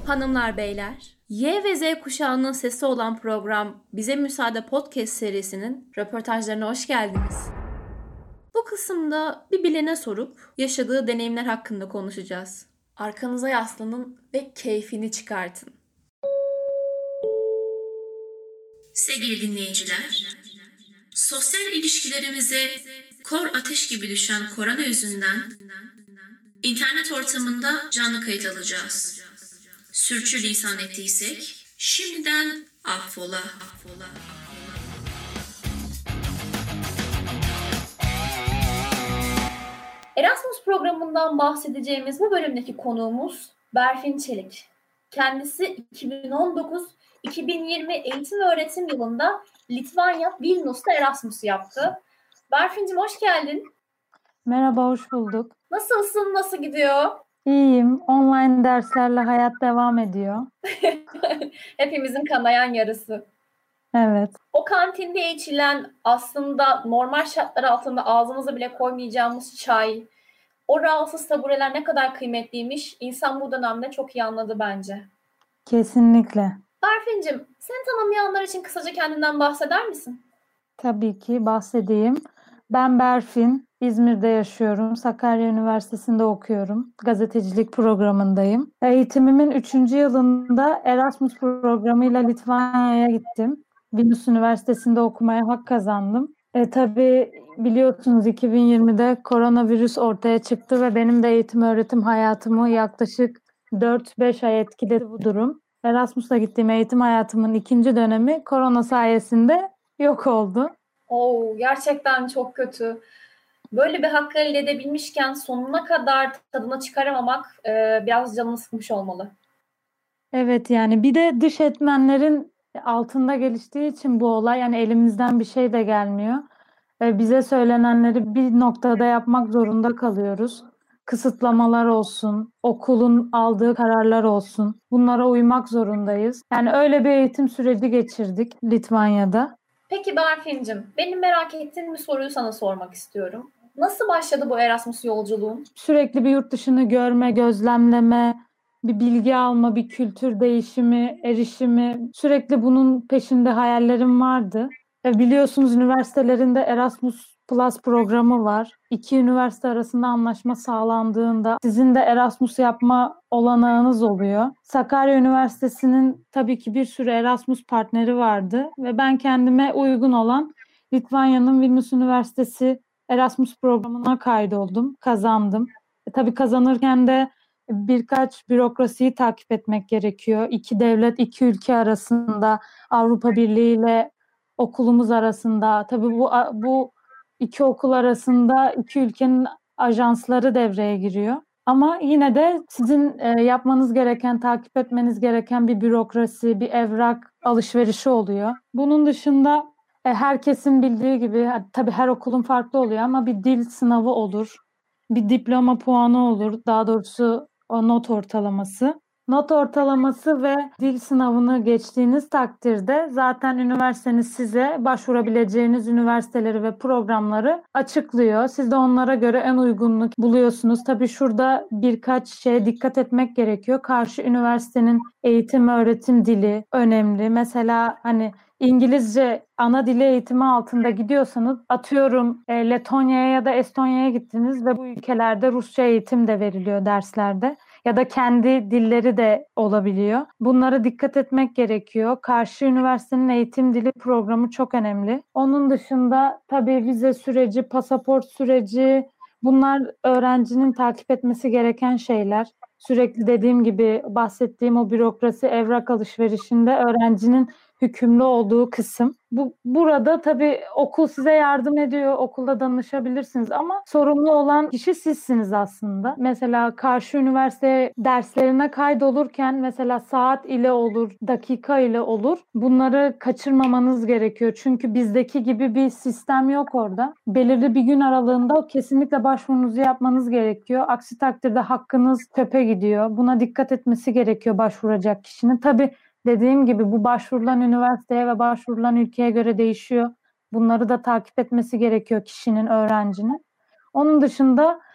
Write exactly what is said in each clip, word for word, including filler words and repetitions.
Hanımlar beyler, Y ve Z kuşağının sesi olan program Bize Müsaade Podcast serisinin röportajlarına hoş geldiniz. Bu kısımda bir bilene sorup yaşadığı deneyimler hakkında konuşacağız. Arkanıza yaslanın ve keyfini çıkartın. Sevgili dinleyiciler, sosyal ilişkilerimize kor ateş gibi düşen korona yüzünden internet ortamında canlı kayıt alacağız. Sürçülisan ettiysek şimdiden affola. affola. Erasmus programından bahsedeceğimiz bu bölümdeki konuğumuz Berfin Çelik. Kendisi iki bin on dokuz iki bin yirmi eğitim ve öğretim yılında Litvanya Vilnius'ta Erasmus yaptı. Berfin'cim hoş geldin. Merhaba, hoş bulduk. Nasılsın, nasıl gidiyor? İyiyim. Online derslerle hayat devam ediyor. Hepimizin kanayan yarısı. Evet. O kantinde içilen aslında normal şartlar altında ağzımıza bile koymayacağımız çay, o rahatsız tabureler ne kadar kıymetliymiş insan bu dönemde çok iyi anladı bence. Kesinlikle. Berfin'cim, seni tanımayanlar için kısaca kendinden bahseder misin? Tabii ki bahsedeyim. Ben Berfin, İzmir'de yaşıyorum. Sakarya Üniversitesi'nde okuyorum. Gazetecilik programındayım. Eğitimimin üçüncü yılında Erasmus programıyla Litvanya'ya gittim. Vilnius Üniversitesi'nde okumaya hak kazandım. E, tabii biliyorsunuz iki bin yirmide koronavirüs ortaya çıktı ve benim de eğitim öğretim hayatımı yaklaşık dört beş ay etkiledi bu durum. Erasmus'a gittiğim eğitim hayatımın ikinci dönemi korona sayesinde yok oldu. Oo, gerçekten çok kötü. Böyle bir hakkı elde edebilmişken sonuna kadar tadına çıkaramamak e, biraz canını sıkmış olmalı. Evet, yani bir de dış etmenlerin altında geliştiği için bu olay, yani elimizden bir şey de gelmiyor. E, bize söylenenleri bir noktada yapmak zorunda kalıyoruz. Kısıtlamalar olsun, okulun aldığı kararlar olsun. Bunlara uymak zorundayız. Yani öyle bir eğitim süreci geçirdik Litvanya'da. Peki Berfin'cim, benim merak ettiğim bir soruyu sana sormak istiyorum. Nasıl başladı bu Erasmus yolculuğun? Sürekli bir yurt dışını görme, gözlemleme, bir bilgi alma, bir kültür değişimi, erişimi, sürekli bunun peşinde hayallerim vardı. E biliyorsunuz üniversitelerinde Erasmus Plus programı var. İki üniversite arasında anlaşma sağlandığında sizin de Erasmus yapma olanağınız oluyor. Sakarya Üniversitesi'nin tabii ki bir sürü Erasmus partneri vardı ve ben kendime uygun olan Litvanya'nın Vilnius Üniversitesi Erasmus programına kaydoldum, kazandım. E, tabii kazanırken de birkaç bürokrasiyi takip etmek gerekiyor. İki devlet, iki ülke arasında, Avrupa Birliği ile okulumuz arasında. Tabii bu bu iki okul arasında iki ülkenin ajansları devreye giriyor. Ama yine de sizin e, yapmanız gereken, takip etmeniz gereken bir bürokrasi, bir evrak alışverişi oluyor. Bunun dışında e, herkesin bildiği gibi, tabii her okulun farklı oluyor ama bir dil sınavı olur. Bir diploma puanı olur. Daha doğrusu o not ortalaması. Not ortalaması ve dil sınavını geçtiğiniz takdirde zaten üniversiteniz size başvurabileceğiniz üniversiteleri ve programları açıklıyor. Siz de onlara göre en uygunluk buluyorsunuz. Tabii şurada birkaç şeye dikkat etmek gerekiyor. Karşı üniversitenin eğitim öğretim dili önemli. Mesela hani İngilizce ana dili eğitimi altında gidiyorsanız, atıyorum e, Letonya'ya ya da Estonya'ya gittiniz ve bu ülkelerde Rusça eğitim de veriliyor derslerde. Ya da kendi dilleri de olabiliyor. Bunlara dikkat etmek gerekiyor. Karşı üniversitenin eğitim dili programı çok önemli. Onun dışında tabii vize süreci, pasaport süreci, bunlar öğrencinin takip etmesi gereken şeyler. Sürekli dediğim gibi bahsettiğim o bürokrasi, evrak alışverişinde öğrencinin hükümlü olduğu kısım. Bu burada tabii okul size yardım ediyor, okulda danışabilirsiniz ama sorumlu olan kişi sizsiniz aslında. Mesela karşı üniversite derslerine kaydolurken mesela saat ile olur, dakika ile olur. Bunları kaçırmamanız gerekiyor. Çünkü bizdeki gibi bir sistem yok orada. Belirli bir gün aralığında kesinlikle başvurunuzu yapmanız gerekiyor. Aksi takdirde hakkınız çöpe gidiyor. Buna dikkat etmesi gerekiyor başvuracak kişinin. Tabii dediğim gibi bu başvurulan üniversiteye ve başvurulan ülkeye göre değişiyor. Bunları da takip etmesi gerekiyor kişinin, öğrencinin. Onun dışında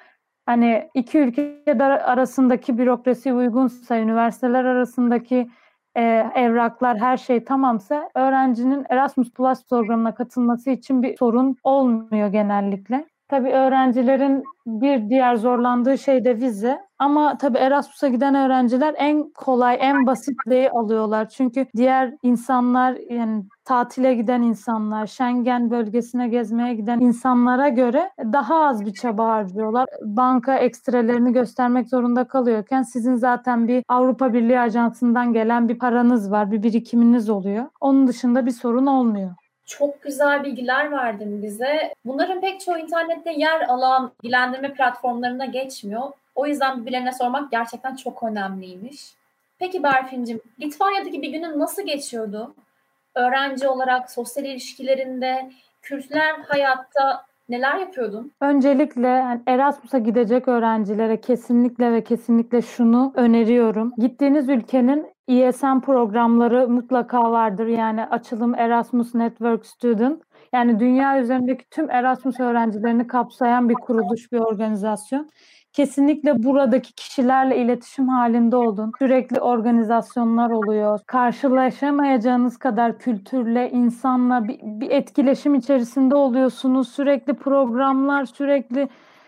Hani iki ülke arasındaki bürokrasi uygunsa, üniversiteler arasındaki e, evraklar, her şey tamamsa öğrencinin Erasmus Plus programına katılması için bir sorun olmuyor genellikle. Tabii öğrencilerin bir diğer zorlandığı şey de vize. Ama tabii Erasmus'a giden öğrenciler en kolay, en basitliği alıyorlar. Çünkü diğer insanlar, yani tatile giden insanlar, Schengen bölgesine gezmeye giden insanlara göre daha az bir çaba harcıyorlar. Banka ekstrelerini göstermek zorunda kalıyorken sizin zaten bir Avrupa Birliği ajansından gelen bir paranız var, bir birikiminiz oluyor. Onun dışında bir sorun olmuyor. Çok güzel bilgiler verdin bize. Bunların pek çoğu internette yer alan bilgilendirme platformlarına geçmiyor. O yüzden birbirlerine sormak gerçekten çok önemliymiş. Peki Berfin'cim, Litvanya'daki bir günün nasıl geçiyordu? Öğrenci olarak sosyal ilişkilerinde, kültürel hayatta neler yapıyordun? Öncelikle yani Erasmus'a gidecek öğrencilere kesinlikle ve kesinlikle şunu öneriyorum. Gittiğiniz ülkenin E S M programları mutlaka vardır. Yani açılım Erasmus Network Student. Yani dünya üzerindeki tüm Erasmus öğrencilerini kapsayan bir kuruluş, bir organizasyon. Kesinlikle buradaki kişilerle iletişim halinde olun. Sürekli organizasyonlar oluyor. Karşılaşamayacağınız kadar kültürle, insanla bir, bir etkileşim içerisinde oluyorsunuz. Sürekli programlar, sürekli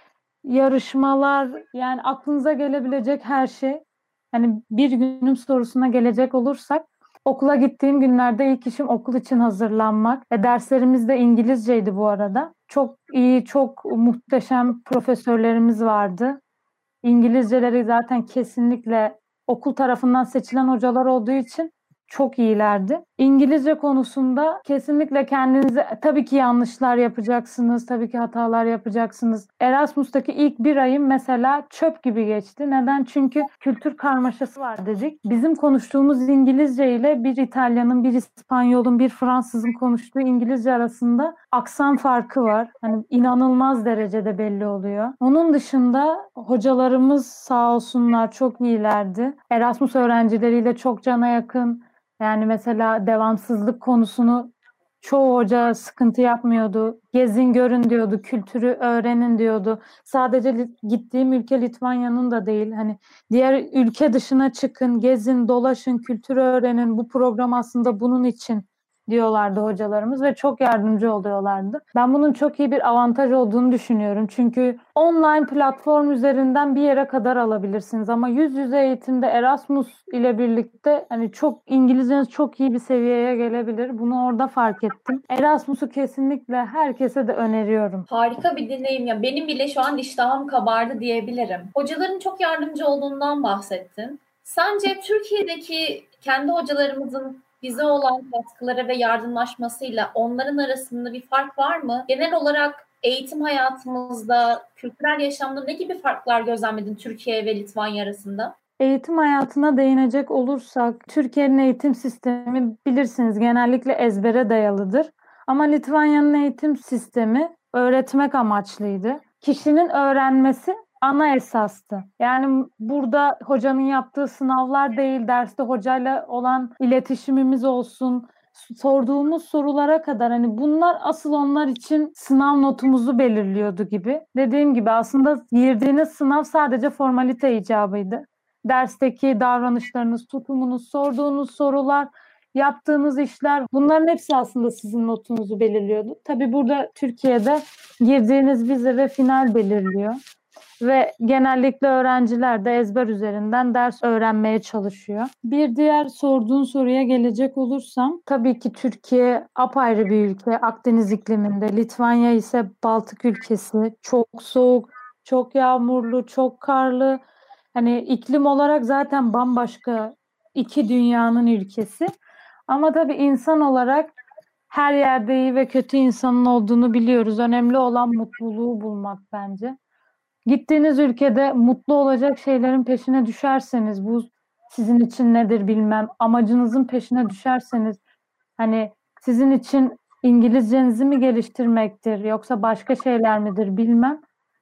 yarışmalar, yani aklınıza gelebilecek her şey. Hani bir günün sorusuna gelecek olursak, okula gittiğim günlerde ilk işim okul için hazırlanmak. E, derslerimiz de İngilizceydi bu arada. Çok iyi, çok muhteşem profesörlerimiz vardı. İngilizceleri zaten kesinlikle okul tarafından seçilen hocalar olduğu için çok iyilerdi. İngilizce konusunda kesinlikle kendinize, tabii ki yanlışlar yapacaksınız, tabii ki hatalar yapacaksınız. Erasmus'taki ilk bir ayım mesela çöp gibi geçti. Neden? Çünkü kültür karmaşası var dedik. Bizim konuştuğumuz İngilizce ile bir İtalyanın, bir İspanyol'un, bir Fransızın konuştuğu İngilizce arasında aksan farkı var. Hani inanılmaz derecede belli oluyor. Onun dışında hocalarımız sağ olsunlar çok iyilerdi. Erasmus öğrencileriyle çok cana yakın. Yani mesela devamsızlık konusunu çoğu hoca sıkıntı yapmıyordu. Gezin görün diyordu, kültürü öğrenin diyordu. Sadece gittiğim ülke Litvanya'nın da değil. Hani diğer ülke dışına çıkın, gezin, dolaşın, kültürü öğrenin. Bu program aslında bunun için diyorlardı hocalarımız ve çok yardımcı oluyorlardı. Ben bunun çok iyi bir avantaj olduğunu düşünüyorum. Çünkü online platform üzerinden bir yere kadar alabilirsiniz ama yüz yüze eğitimde Erasmus ile birlikte hani çok İngilizceniz çok iyi bir seviyeye gelebilir. Bunu orada fark ettim. Erasmus'u kesinlikle herkese de öneriyorum. Harika bir deneyim ya. Benim bile şu an iştahım kabardı diyebilirim. Hocaların çok yardımcı olduğundan bahsettin. Sence Türkiye'deki kendi hocalarımızın bize olan katkıları ve yardımlaşmasıyla onların arasında bir fark var mı? Genel olarak eğitim hayatımızda, kültürel yaşamda ne gibi farklar gözlemledin Türkiye ve Litvanya arasında? Eğitim hayatına değinecek olursak, Türkiye'nin eğitim sistemi bilirsiniz genellikle ezbere dayalıdır. Ama Litvanya'nın eğitim sistemi öğretmek amaçlıydı. Kişinin öğrenmesi ana esastı. Yani burada hocanın yaptığı sınavlar değil, derste hocayla olan iletişimimiz olsun, sorduğumuz sorulara kadar, hani bunlar asıl onlar için sınav notumuzu belirliyordu gibi. Dediğim gibi aslında girdiğiniz sınav sadece formalite icabıydı. Dersteki davranışlarınız, tutumunuz, sorduğunuz sorular, yaptığınız işler, bunların hepsi aslında sizin notunuzu belirliyordu. Tabii burada Türkiye'de girdiğiniz vize ve final belirliyor. Ve genellikle öğrenciler de ezber üzerinden ders öğrenmeye çalışıyor. Bir diğer sorduğun soruya gelecek olursam, tabii ki Türkiye apayrı bir ülke, Akdeniz ikliminde. Litvanya ise Baltık ülkesi, çok soğuk, çok yağmurlu, çok karlı. Hani iklim olarak zaten bambaşka iki dünyanın ülkesi. Ama tabii insan olarak her yerde iyi ve kötü insanın olduğunu biliyoruz. Önemli olan mutluluğu bulmak bence. Gittiğiniz ülkede mutlu olacak şeylerin peşine düşerseniz, bu sizin için nedir bilmem, amacınızın peşine düşerseniz, hani sizin için İngilizcenizi mi geliştirmektir yoksa başka şeyler midir bilmem.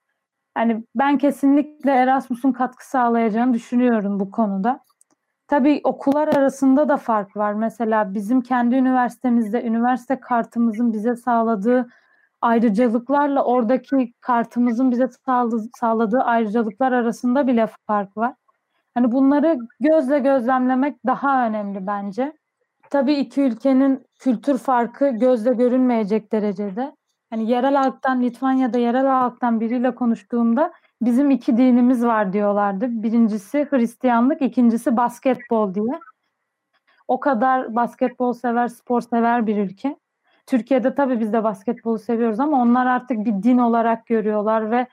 Yani ben kesinlikle Erasmus'un katkı sağlayacağını düşünüyorum bu konuda. Tabii okullar arasında da fark var. Mesela bizim kendi üniversitemizde üniversite kartımızın bize sağladığı ayrıcalıklarla oradaki kartımızın bize sağladığı, sağladığı ayrıcalıklar arasında bile fark var. Hani bunları gözle gözlemlemek daha önemli bence. Tabii iki ülkenin kültür farkı gözle görünmeyecek derecede. Hani yerel halktan, Litvanya'da yerel halktan biriyle konuştuğumda bizim iki dinimiz var diyorlardı. Birincisi Hristiyanlık, ikincisi basketbol diye. O kadar basketbol sever, spor sever bir ülke. Türkiye'de tabii biz de basketbolu seviyoruz ama onlar artık bir din olarak görüyorlar ve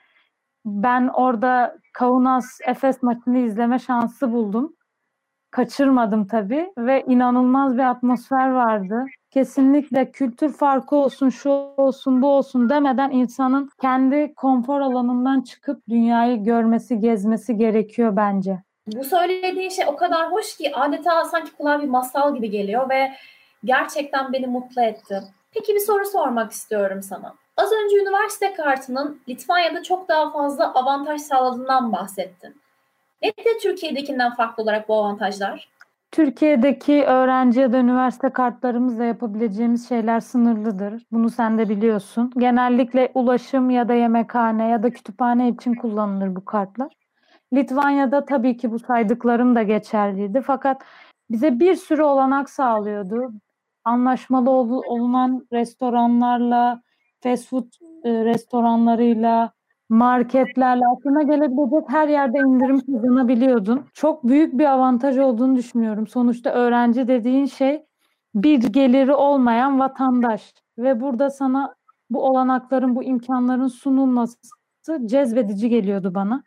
ben orada Kaunas Efes maçını izleme şansı buldum. Kaçırmadım tabii ve inanılmaz bir atmosfer vardı. Kesinlikle kültür farkı olsun, şu olsun, bu olsun demeden insanın kendi konfor alanından çıkıp dünyayı görmesi, gezmesi gerekiyor bence. Bu söylediğin şey o kadar hoş ki adeta sanki kulağa bir masal gibi geliyor ve gerçekten beni mutlu etti. Peki bir soru sormak istiyorum sana. Az önce üniversite kartının Litvanya'da çok daha fazla avantaj sağladığından bahsettin. Nedir Türkiye'dekinden farklı olarak bu avantajlar? Türkiye'deki öğrenci ya da üniversite kartlarımızla yapabileceğimiz şeyler sınırlıdır. Bunu sen de biliyorsun. Genellikle ulaşım ya da yemekhane ya da kütüphane için kullanılır bu kartlar. Litvanya'da tabii ki bu saydıklarım da geçerliydi. Fakat bize bir sürü olanak sağlıyordu. Anlaşmalı ol- olunan restoranlarla, fast food e, restoranlarıyla, marketlerle aklına gelebilecek her yerde indirim kazanabiliyordun. Çok büyük bir avantaj olduğunu düşünüyorum. Sonuçta öğrenci dediğin şey bir geliri olmayan vatandaş ve burada sana bu olanakların, bu imkanların sunulması cezbedici geliyordu bana.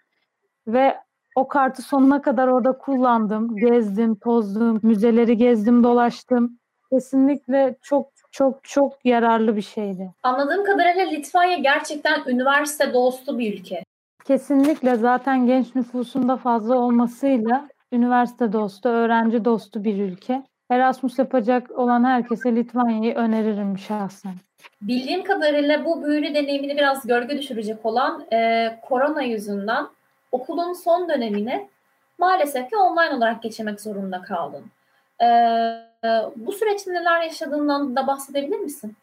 Ve o kartı sonuna kadar orada kullandım, gezdim, tozdum, müzeleri gezdim, dolaştım. Kesinlikle çok çok çok yararlı bir şeydi. Anladığım kadarıyla Litvanya gerçekten üniversite dostu bir ülke. Kesinlikle zaten genç nüfusunda fazla olmasıyla üniversite dostu, öğrenci dostu bir ülke. Erasmus yapacak olan herkese Litvanya'yı öneririm şahsen. Bildiğim kadarıyla bu büyülü deneyimini biraz gölge düşürecek olan e, korona yüzünden okulun son dönemini maalesef ki online olarak geçirmek zorunda kaldın. E, e, bu süreçte neler yaşadığından da bahsedebilir misin?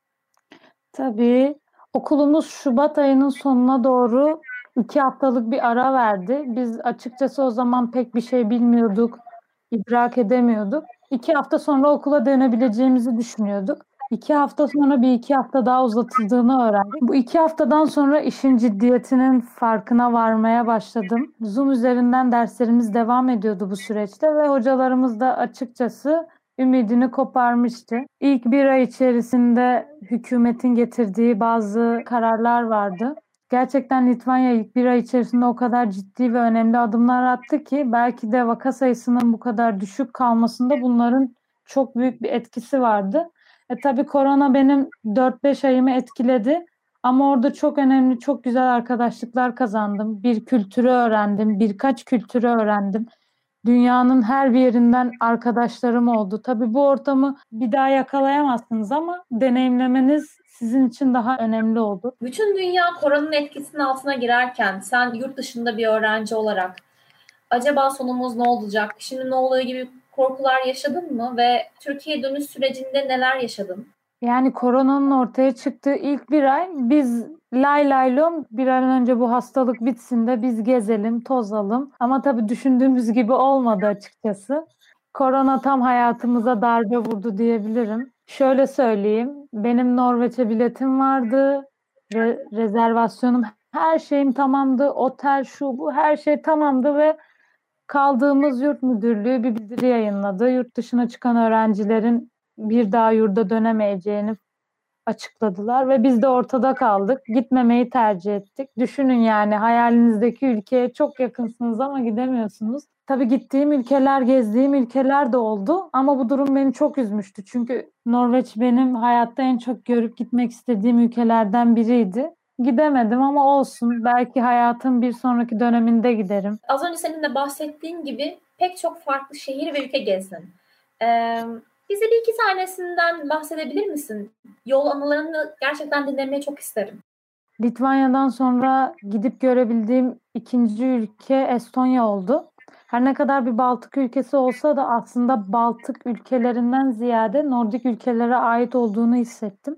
Tabii okulumuz Şubat ayının sonuna doğru iki haftalık bir ara verdi. Biz açıkçası o zaman pek bir şey bilmiyorduk, idrak edemiyorduk. İki hafta sonra okula dönebileceğimizi düşünüyorduk. İki hafta sonra bir iki hafta daha uzatıldığını öğrendik. Bu iki haftadan sonra işin ciddiyetinin farkına varmaya başladım. Zoom üzerinden derslerimiz devam ediyordu bu süreçte ve hocalarımız da açıkçası ümidini koparmıştı. İlk bir ay içerisinde hükümetin getirdiği bazı kararlar vardı. Gerçekten Litvanya ilk bir ay içerisinde o kadar ciddi ve önemli adımlar attı ki belki de vaka sayısının bu kadar düşük kalmasında bunların çok büyük bir etkisi vardı. E tabii korona benim dört beş ayımı etkiledi ama orada çok önemli, çok güzel arkadaşlıklar kazandım. Bir kültürü öğrendim, birkaç kültürü öğrendim. Dünyanın her bir yerinden arkadaşlarım oldu. Tabii bu ortamı bir daha yakalayamazsınız ama deneyimlemeniz sizin için daha önemli oldu. Bütün dünya koronanın etkisinin altına girerken sen yurt dışında bir öğrenci olarak acaba sonumuz ne olacak, şimdi ne oluyor gibi korkular yaşadın mı ve Türkiye dönüş sürecinde neler yaşadın? Yani koronanın ortaya çıktığı ilk bir ay biz lay lay lom bir an önce bu hastalık bitsin de biz gezelim, tozalım. Ama tabii düşündüğümüz gibi olmadı açıkçası. Korona tam hayatımıza darbe vurdu diyebilirim. Şöyle söyleyeyim, benim Norveç'e biletim vardı, re- rezervasyonum, her şeyim tamamdı, otel şu bu her şey tamamdı ve kaldığımız yurt müdürlüğü bir bildiri yayınladı. Yurt dışına çıkan öğrencilerin bir daha yurda dönemeyeceğini açıkladılar ve biz de ortada kaldık. Gitmemeyi tercih ettik. Düşünün yani hayalinizdeki ülkeye çok yakınsınız ama gidemiyorsunuz. Tabii gittiğim ülkeler, gezdiğim ülkeler de oldu ama bu durum beni çok üzmüştü. Çünkü Norveç benim hayatta en çok görüp gitmek istediğim ülkelerden biriydi. Gidemedim ama olsun. Belki hayatın bir sonraki döneminde giderim. Az önce senin de bahsettiğin gibi pek çok farklı şehir ve ülke gezdin. Ee, bize bir iki tanesinden bahsedebilir misin? Yol anılarını gerçekten dinlemeyi çok isterim. Litvanya'dan sonra gidip görebildiğim ikinci ülke Estonya oldu. Her ne kadar bir Baltık ülkesi olsa da aslında Baltık ülkelerinden ziyade Nordik ülkelere ait olduğunu hissettim.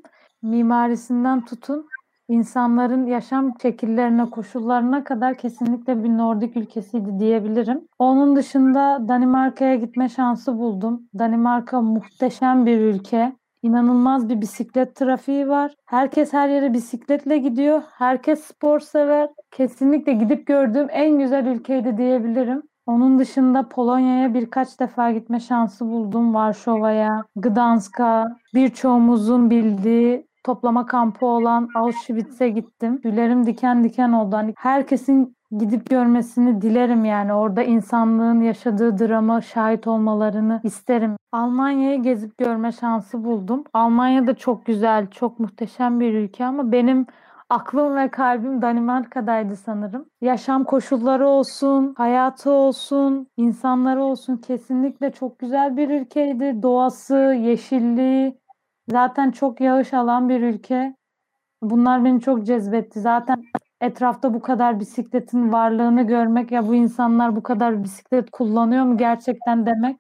mimarisinden tutun, insanların yaşam şekillerine, koşullarına kadar kesinlikle bir Nordik ülkesiydi diyebilirim. Onun dışında Danimarka'ya gitme şansı buldum. Danimarka muhteşem bir ülke. İnanılmaz bir bisiklet trafiği var. Herkes her yere bisikletle gidiyor. Herkes spor sever. Kesinlikle gidip gördüğüm en güzel ülkeydi diyebilirim. Onun dışında Polonya'ya birkaç defa gitme şansı buldum. Varşova'ya, Gdansk'a, birçoğumuzun bildiği toplama kampı olan Auschwitz'e gittim. Tüylerim diken diken oldu. Hani herkesin gidip görmesini dilerim yani. Orada insanlığın yaşadığı drama şahit olmalarını isterim. Almanya'yı gezip görme şansı buldum. Almanya da çok güzel, çok muhteşem bir ülke ama benim aklım ve kalbim Danimarka'daydı sanırım. Yaşam koşulları olsun, hayatı olsun, insanları olsun kesinlikle çok güzel bir ülkeydi. Doğası, yeşilliği, zaten çok yağış alan bir ülke. Bunlar beni çok cezbetti. Zaten etrafta bu kadar bisikletin varlığını görmek, ya bu insanlar bu kadar bisiklet kullanıyor mu gerçekten demek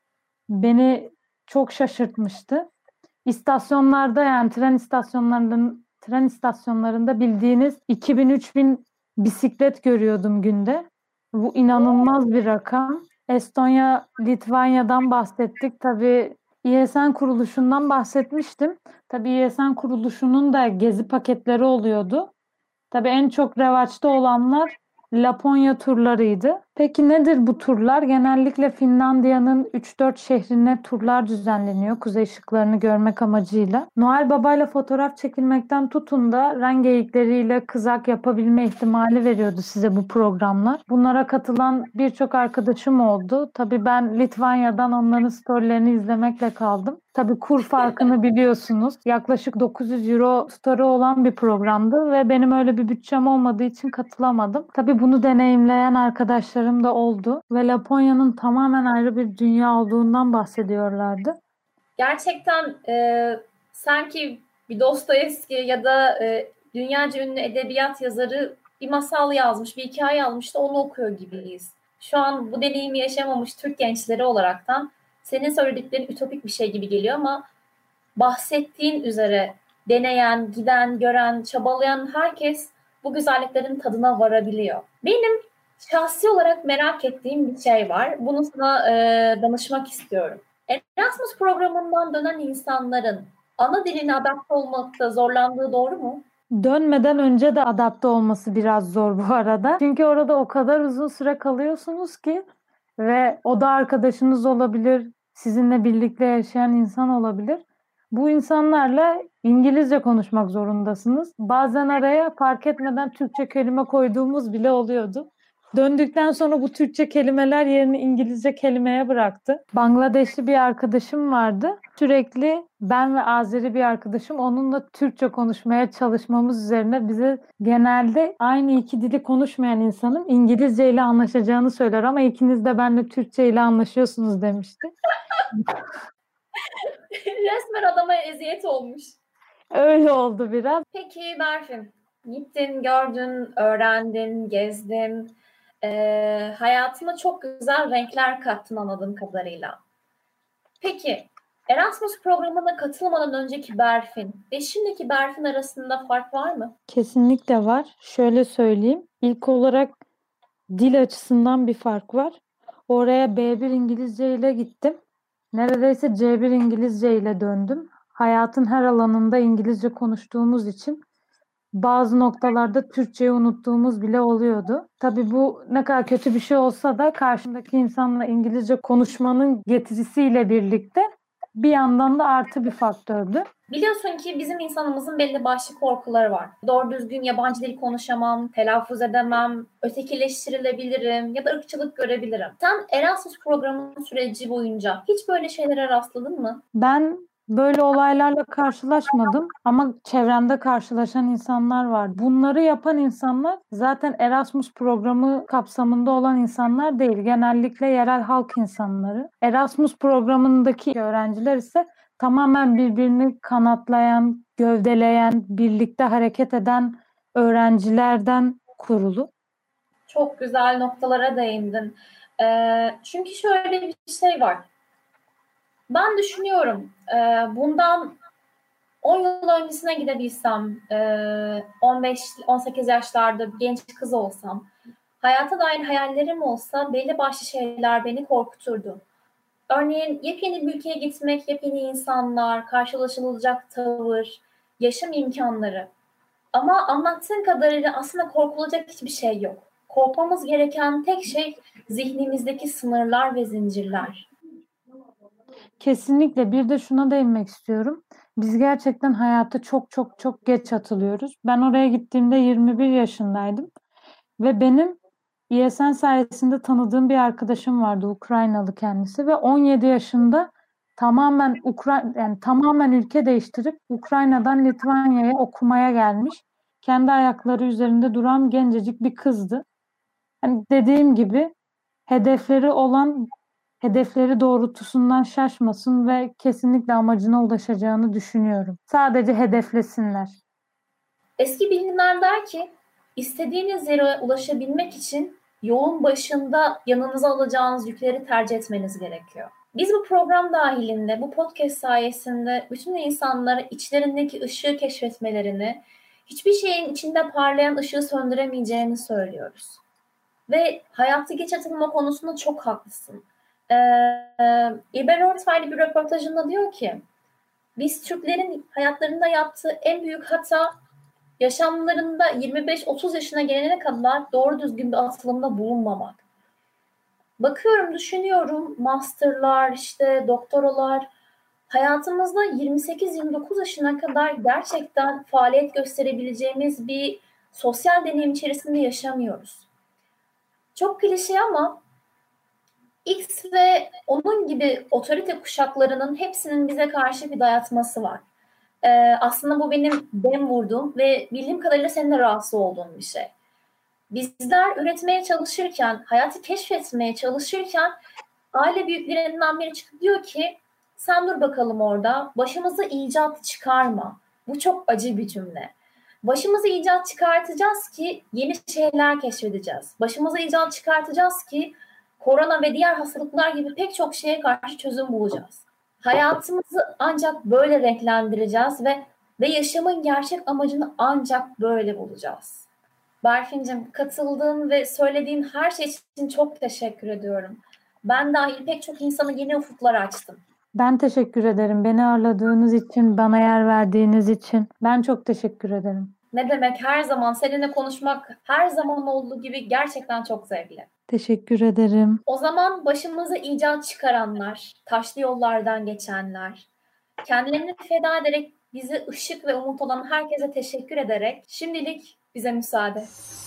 beni çok şaşırtmıştı. İstasyonlarda yani tren istasyonlarının tren istasyonlarında bildiğiniz iki bin üç bin bisiklet görüyordum günde. Bu inanılmaz bir rakam. Estonya, Litvanya'dan bahsettik. Tabii İ S N kuruluşundan bahsetmiştim. Tabii İ S N kuruluşunun da gezi paketleri oluyordu. Tabii en çok revaçta olanlar Laponya turlarıydı. Peki nedir bu turlar? Genellikle Finlandiya'nın üç dört şehrine turlar düzenleniyor. Kuzey ışıklarını görmek amacıyla. Noel Baba ile fotoğraf çekilmekten tutun da ren geyikleriyle kızak yapabilme ihtimali veriyordu size bu programlar. Bunlara katılan birçok arkadaşım oldu. Tabii ben Litvanya'dan onların storylerini izlemekle kaldım. Tabii kur farkını biliyorsunuz. Yaklaşık dokuz yüz euro story olan bir programdı ve benim öyle bir bütçem olmadığı için katılamadım. Tabii bunu deneyimleyen arkadaşlarım da oldu ve Laponya'nın tamamen ayrı bir dünya olduğundan bahsediyorlardı. Gerçekten e, sanki bir Dostoyevski ya da e, dünyaca ünlü edebiyat yazarı bir masal yazmış, bir hikaye yazmış da onu okuyor gibiyiz. Şu an bu deneyimi yaşamamış Türk gençleri olaraktan senin söylediklerin ütopik bir şey gibi geliyor ama bahsettiğin üzere deneyen, giden, gören, çabalayan herkes bu güzelliklerin tadına varabiliyor. Benim şahsi olarak merak ettiğim bir şey var. Bunu sana e, danışmak istiyorum. Erasmus programından dönen insanların ana diline adapte olmakta zorlandığı doğru mu? Dönmeden önce de adapte olması biraz zor bu arada. Çünkü orada o kadar uzun süre kalıyorsunuz ki ve oda arkadaşınız olabilir, sizinle birlikte yaşayan insan olabilir. Bu insanlarla İngilizce konuşmak zorundasınız. Bazen araya fark etmeden Türkçe kelime koyduğumuz bile oluyordu. Döndükten sonra bu Türkçe kelimeler yerini İngilizce kelimeye bıraktı. Bangladeşli bir arkadaşım vardı. Sürekli ben ve Azeri bir arkadaşım onunla Türkçe konuşmaya çalışmamız üzerine bize genelde aynı iki dili konuşmayan insanın İngilizce ile anlaşacağını söyler ama ikiniz de benimle Türkçe ile anlaşıyorsunuz demişti. Resmen adama eziyet olmuş. Öyle oldu biraz. Peki Berfin, gittin, gördün, öğrendin, gezdin. Ee, hayatına çok güzel renkler kattın anladığım kadarıyla. Peki Erasmus programına katılmadan önceki Berfin ve şimdiki Berfin arasında fark var mı? Kesinlikle var. Şöyle söyleyeyim. İlk olarak dil açısından bir fark var. Oraya B bir İngilizce ile gittim. Neredeyse C bir İngilizce ile döndüm. Hayatın her alanında İngilizce konuştuğumuz için bazı noktalarda Türkçeyi unuttuğumuz bile oluyordu. Tabii bu ne kadar kötü bir şey olsa da karşımdaki insanla İngilizce konuşmanın getirisiyle birlikte bir yandan da artı bir faktördü. Biliyorsun ki bizim insanımızın belli başlı korkuları var. Doğru düzgün yabancı dil konuşamam, telaffuz edemem, ötekileştirilebilirim ya da ırkçılık görebilirim. Sen Erasmus programı süreci boyunca hiç böyle şeylere rastladın mı? Ben böyle olaylarla karşılaşmadım ama çevremde karşılaşan insanlar var. Bunları yapan insanlar zaten Erasmus programı kapsamında olan insanlar değil. Genellikle yerel halk insanları. Erasmus programındaki öğrenciler ise tamamen birbirini kanatlayan, gövdeleyen, birlikte hareket eden öğrencilerden kurulu. Çok güzel noktalara değindin. Ee, çünkü şöyle bir şey var. Ben düşünüyorum, bundan on yıl öncesine gidebilsem, on beş on sekiz yaşlarda bir genç kız olsam, hayata dair hayallerim olsa belli başlı şeyler beni korkuturdu. Örneğin yepyeni bir ülkeye gitmek, yepyeni insanlar, karşılaşılacak tavır, yaşam imkanları. Ama anlattığın kadarıyla aslında korkulacak hiçbir şey yok. Korkmamız gereken tek şey zihnimizdeki sınırlar ve zincirler. Kesinlikle. Bir de şuna değinmek istiyorum. Biz gerçekten hayata çok çok çok geç atılıyoruz. Ben oraya gittiğimde yirmi bir yaşındaydım ve benim E S N sayesinde tanıdığım bir arkadaşım vardı, Ukraynalı kendisi ve on yedi yaşında tamamen Ukra yani tamamen ülke değiştirip Ukrayna'dan Litvanya'ya okumaya gelmiş. Kendi ayakları üzerinde duran gencecik bir kızdı. Hani dediğim gibi hedefleri olan hedefleri doğrultusundan şaşmasın ve kesinlikle amacına ulaşacağını düşünüyorum. Sadece hedeflesinler. Eski bilimler der ki, istediğiniz yere ulaşabilmek için yolun başında yanınıza alacağınız yükleri tercih etmeniz gerekiyor. Biz bu program dahilinde, bu podcast sayesinde bütün insanlara içlerindeki ışığı keşfetmelerini, hiçbir şeyin içinde parlayan ışığı söndüremeyeceğini söylüyoruz. Ve hayatı geç atılma konusunda çok haklısın. Ee, İlber Ortaylı bir röportajında diyor ki, biz Türklerin hayatlarında yaptığı en büyük hata, yaşamlarında yirmi beş otuz yaşına gelene kadar doğru düzgün bir atılımda bulunmamak. Bakıyorum, düşünüyorum, masterlar, işte doktoralar, hayatımızda yirmi sekiz yirmi dokuz yaşına kadar gerçekten faaliyet gösterebileceğimiz bir sosyal deneyim içerisinde yaşamıyoruz. Çok klişe ama X ve onun gibi otorite kuşaklarının hepsinin bize karşı bir dayatması var. Ee, aslında bu benim dem vurduğum ve bildiğim kadarıyla senin de rahatsız olduğun bir şey. Bizler üretmeye çalışırken, hayatı keşfetmeye çalışırken aile büyüklerinden biri çıkıp diyor ki, sen dur bakalım orada, başımıza icat çıkarma. Bu çok acı bir cümle. Başımıza icat çıkartacağız ki yeni şeyler keşfedeceğiz. Başımıza icat çıkartacağız ki korona ve diğer hastalıklar gibi pek çok şeye karşı çözüm bulacağız. Hayatımızı ancak böyle renklendireceğiz ve ve yaşamın gerçek amacını ancak böyle bulacağız. Berfin'cim, katıldığın ve söylediğin her şey için çok teşekkür ediyorum. Ben dahil pek çok insana yeni ufuklar açtım. Ben teşekkür ederim. Beni ağırladığınız için, bana yer verdiğiniz için. Ben çok teşekkür ederim. Ne demek, her zaman seninle konuşmak her zaman olduğu gibi gerçekten çok zevkli. Teşekkür ederim. O zaman başımıza icat çıkaranlar, taşlı yollardan geçenler, kendilerini feda ederek bize ışık ve umut olan herkese teşekkür ederek şimdilik bize müsaade.